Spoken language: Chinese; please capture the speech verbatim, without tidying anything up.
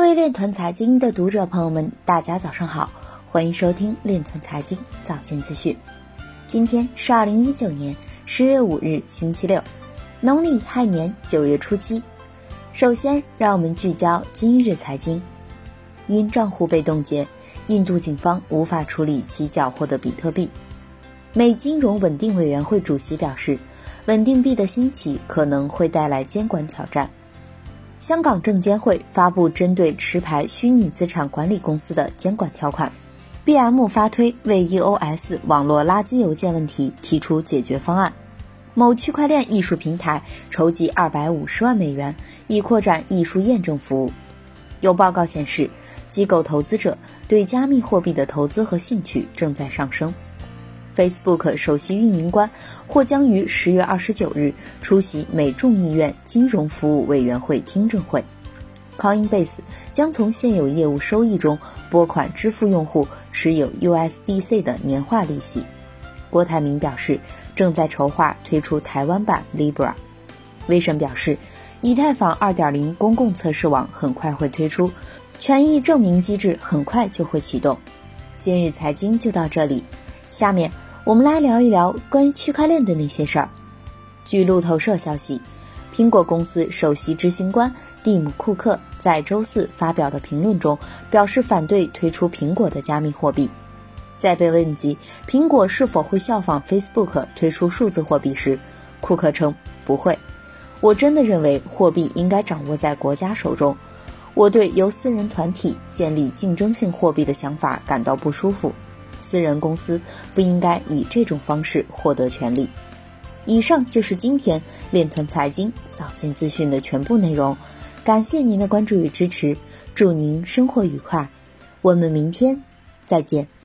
位链团财经的读者朋友们，大家早上好，欢迎收听链团财经早间资讯。今天是二零一九年十月五日星期六，农历亥年九月初七。首先让我们聚焦今日财经。因账户被冻结，印度警方无法处理其缴获的比特币。美金融稳定委员会主席表示，稳定币的兴起可能会带来监管挑战。香港证监会发布针对持牌虚拟资产管理公司的监管条款。B M 发推为 E O S 网络垃圾邮件问题提出解决方案。某区块链艺术平台筹集二百五十万美元，以扩展艺术验证服务。有报告显示，机构投资者对加密货币的投资和兴趣正在上升。Facebook 首席运营官或将于十月二十九日出席美众议院金融服务委员会听证会。Coinbase 将从现有业务收益中拨款支付用户持有 U S D C 的年化利息。郭台铭表示，正在筹划推出台湾版 Libra。威盛表示，以太坊 二点零 公共测试网很快会推出，权益证明机制很快就会启动。今日财经就到这里，下面我们来聊一聊关于区块链的那些事儿。据路透社消息，苹果公司首席执行官蒂姆·库克在周四发表的评论中表示反对推出苹果的加密货币。在被问及苹果是否会效仿 Facebook 推出数字货币时，库克称不会。我真的认为货币应该掌握在国家手中。我对由私人团体建立竞争性货币的想法感到不舒服。私人公司不应该以这种方式获得权利。以上就是今天链团财经早间资讯的全部内容，感谢您的关注与支持，祝您生活愉快，我们明天再见。